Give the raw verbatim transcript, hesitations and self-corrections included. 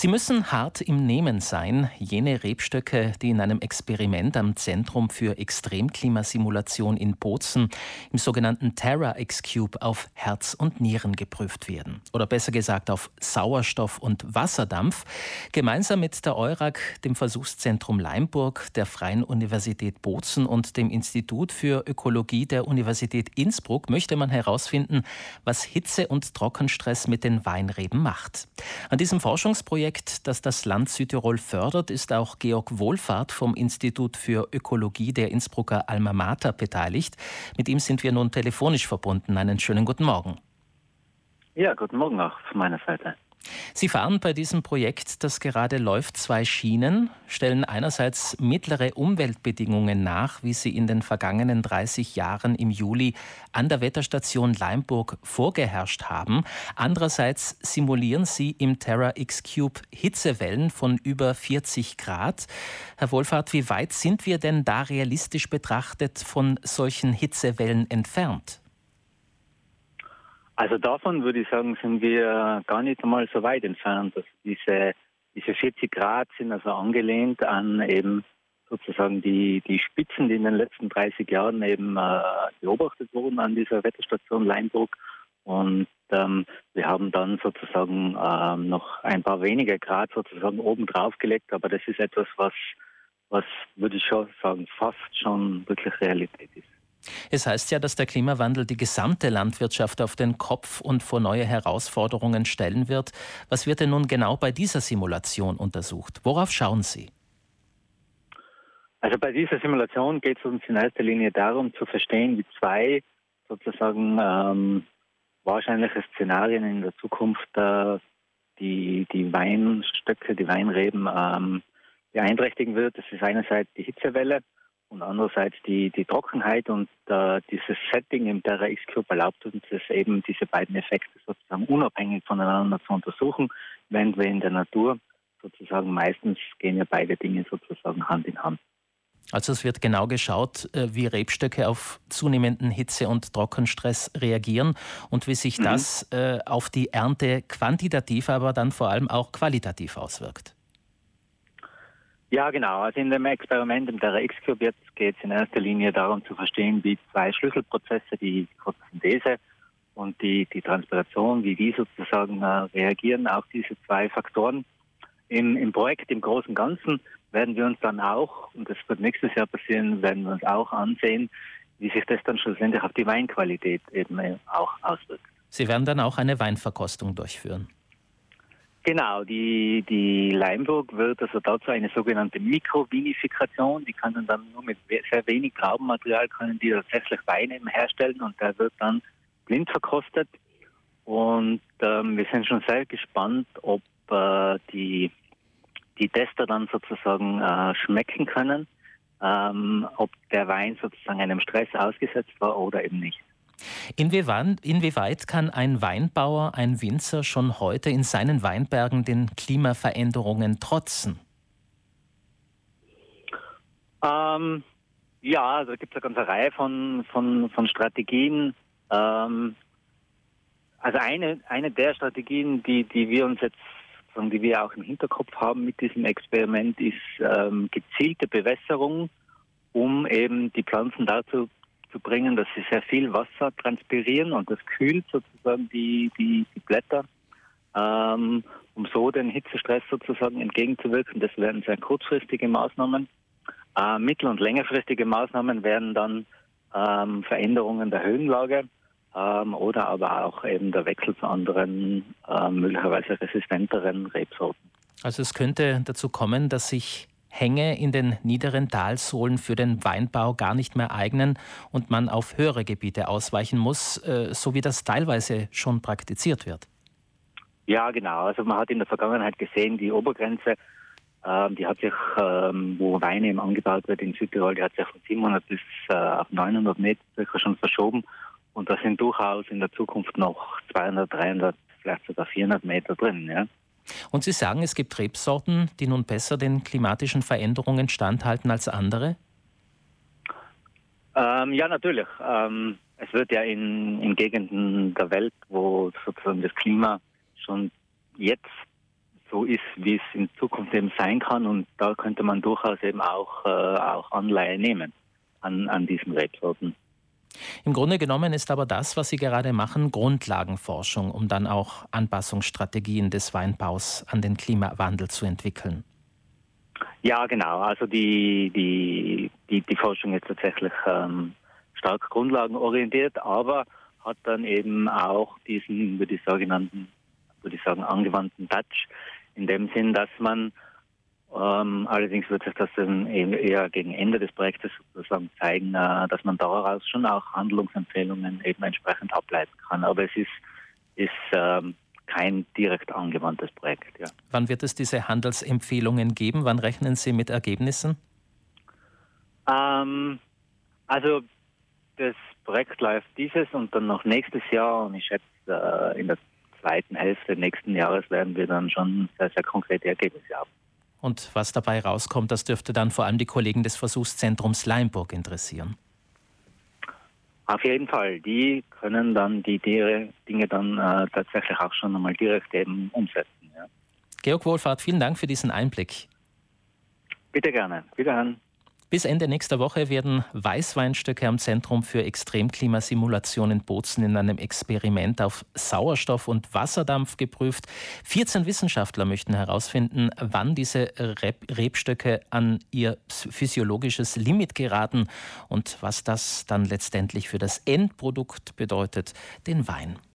Sie müssen hart im Nehmen sein, jene Rebstöcke, die in einem Experiment am Zentrum für Extremklimasimulation in Bozen im sogenannten Terra-X-Cube auf Herz und Nieren geprüft werden. Oder besser gesagt auf Sauerstoff und Wasserdampf. Gemeinsam mit der EURAG, dem Versuchszentrum Leimburg, der Freien Universität Bozen und dem Institut für Ökologie der Universität Innsbruck möchte man herausfinden, was Hitze und Trockenstress mit den Weinreben macht. An diesem Forschungsprojekt, das das Land Südtirol fördert, ist auch Georg Wohlfahrt vom Institut für Ökologie der Innsbrucker Alma Mater beteiligt. Mit ihm sind wir nun telefonisch verbunden. Einen schönen guten Morgen. Ja, guten Morgen auch von meiner Seite. Sie fahren bei diesem Projekt, das gerade läuft, zwei Schienen, stellen einerseits mittlere Umweltbedingungen nach, wie sie in den vergangenen dreißig Jahren im Juli an der Wetterstation Leimburg vorgeherrscht haben. Andererseits simulieren Sie im Terra-X-Cube Hitzewellen von über vierzig Grad. Herr Wohlfahrt, wie weit sind wir denn da realistisch betrachtet von solchen Hitzewellen entfernt? Also davon würde ich sagen, sind wir gar nicht einmal so weit entfernt. Also diese, diese vierzig Grad sind also angelehnt an eben sozusagen die, die Spitzen, die in den letzten dreißig Jahren eben äh, beobachtet wurden an dieser Wetterstation Leimburg. Und ähm, wir haben dann sozusagen ähm, noch ein paar weniger Grad sozusagen oben drauf gelegt. Aber das ist etwas, was, was würde ich schon sagen, fast schon wirklich Realität ist. Es heißt ja, dass der Klimawandel die gesamte Landwirtschaft auf den Kopf und vor neue Herausforderungen stellen wird. Was wird denn nun genau bei dieser Simulation untersucht? Worauf schauen Sie? Also bei dieser Simulation geht es uns in erster Linie darum zu verstehen, wie zwei sozusagen ähm, wahrscheinliche Szenarien in der Zukunft äh, die, die Weinstöcke, die Weinreben ähm, beeinträchtigen wird. Das ist einerseits die Hitzewelle und andererseits die, die Trockenheit, und äh, dieses Setting im Terra-X-Cube erlaubt uns es eben, diese beiden Effekte sozusagen unabhängig voneinander zu untersuchen, während wir in der Natur sozusagen meistens gehen ja beide Dinge sozusagen Hand in Hand. Also es wird genau geschaut, wie Rebstöcke auf zunehmenden Hitze- und Trockenstress reagieren und wie sich mhm. das äh, auf die Ernte quantitativ, aber dann vor allem auch qualitativ auswirkt. Ja, genau. Also in dem Experiment im Terra-X-Cube jetzt geht es in erster Linie darum zu verstehen, wie zwei Schlüsselprozesse, die Photosynthese und die, die Transpiration, wie die sozusagen äh, reagieren auf diese zwei Faktoren. Im, Im Projekt im Großen und Ganzen werden wir uns dann auch, und das wird nächstes Jahr passieren, werden wir uns auch ansehen, wie sich das dann schlussendlich auf die Weinqualität eben auch auswirkt. Sie werden dann auch eine Weinverkostung durchführen. Genau, die, die Leimburg wird also dazu eine sogenannte Mikrovinifikation, die kann dann nur mit sehr wenig Traubenmaterial können die tatsächlich Wein eben herstellen, und der wird dann blind verkostet. Und ähm, wir sind schon sehr gespannt, ob äh, die, die Tester dann sozusagen äh, schmecken können, ähm, ob der Wein sozusagen einem Stress ausgesetzt war oder eben nicht. Inwieweit, inwieweit kann ein Weinbauer, ein Winzer schon heute in seinen Weinbergen den Klimaveränderungen trotzen? Ähm, ja, also es gibt eine ganze Reihe von, von, von Strategien. Ähm, also eine, eine der Strategien, die, die wir uns jetzt, die wir auch im Hinterkopf haben mit diesem Experiment, ist ähm, gezielte Bewässerung, um eben die Pflanzen dazu zu bringen, dass sie sehr viel Wasser transpirieren, und das kühlt sozusagen die, die, die Blätter, ähm, um so den Hitzestress sozusagen entgegenzuwirken. Das wären sehr kurzfristige Maßnahmen. Äh, mittel- und längerfristige Maßnahmen wären dann ähm, Veränderungen der Höhenlage ähm, oder aber auch eben der Wechsel zu anderen, äh, möglicherweise resistenteren Rebsorten. Also es könnte dazu kommen, dass sich Hänge in den niederen Talsohlen für den Weinbau gar nicht mehr eignen und man auf höhere Gebiete ausweichen muss, äh, so wie das teilweise schon praktiziert wird. Ja, genau. Also man hat in der Vergangenheit gesehen, die Obergrenze, ähm, die hat sich, ähm, wo Weine eben angebaut wird in Südtirol, die hat sich von siebenhundert bis äh, auf neunhundert Meter circa schon verschoben. Und da sind durchaus in der Zukunft noch zweihundert, dreihundert, vielleicht sogar vierhundert Meter drin, ja. Und Sie sagen, es gibt Rebsorten, die nun besser den klimatischen Veränderungen standhalten als andere? Ähm, ja, natürlich. Ähm, es wird ja in, in Gegenden der Welt, wo sozusagen das Klima schon jetzt so ist, wie es in Zukunft eben sein kann. Und da könnte man durchaus eben auch, äh, auch Anleihe nehmen an, an diesen Rebsorten. Im Grunde genommen ist aber das, was Sie gerade machen, Grundlagenforschung, um dann auch Anpassungsstrategien des Weinbaus an den Klimawandel zu entwickeln. Ja, genau. Also die, die, die, die Forschung ist tatsächlich ähm, stark grundlagenorientiert, aber hat dann eben auch diesen, würde ich sogenannten, würde ich sagen, angewandten Touch, in dem Sinn, dass man Ähm, allerdings wird sich das dann eher gegen Ende des Projektes sozusagen zeigen, äh, dass man daraus schon auch Handlungsempfehlungen eben entsprechend ableiten kann. Aber es ist, ist ähm, kein direkt angewandtes Projekt. Ja. Wann wird es diese Handelsempfehlungen geben? Wann rechnen Sie mit Ergebnissen? Ähm, also das Projekt läuft dieses und dann noch nächstes Jahr, und ich schätze, äh, in der zweiten Hälfte nächsten Jahres werden wir dann schon sehr, sehr konkrete Ergebnisse haben. Und was dabei rauskommt, das dürfte dann vor allem die Kollegen des Versuchszentrums Leimburg interessieren. Auf jeden Fall, die können dann die Dinge dann äh, tatsächlich auch schon einmal direkt eben umsetzen. Ja. Georg Wohlfahrt, vielen Dank für diesen Einblick. Bitte gerne. Wiederhören. Bis Ende nächster Woche werden Weißweinstöcke am Zentrum für Extremklimasimulation in Bozen in einem Experiment auf Sauerstoff und Wasserdampf geprüft. vierzehn Wissenschaftler möchten herausfinden, wann diese Reb Rebstöcke an ihr physiologisches Limit geraten und was das dann letztendlich für das Endprodukt bedeutet, den Wein.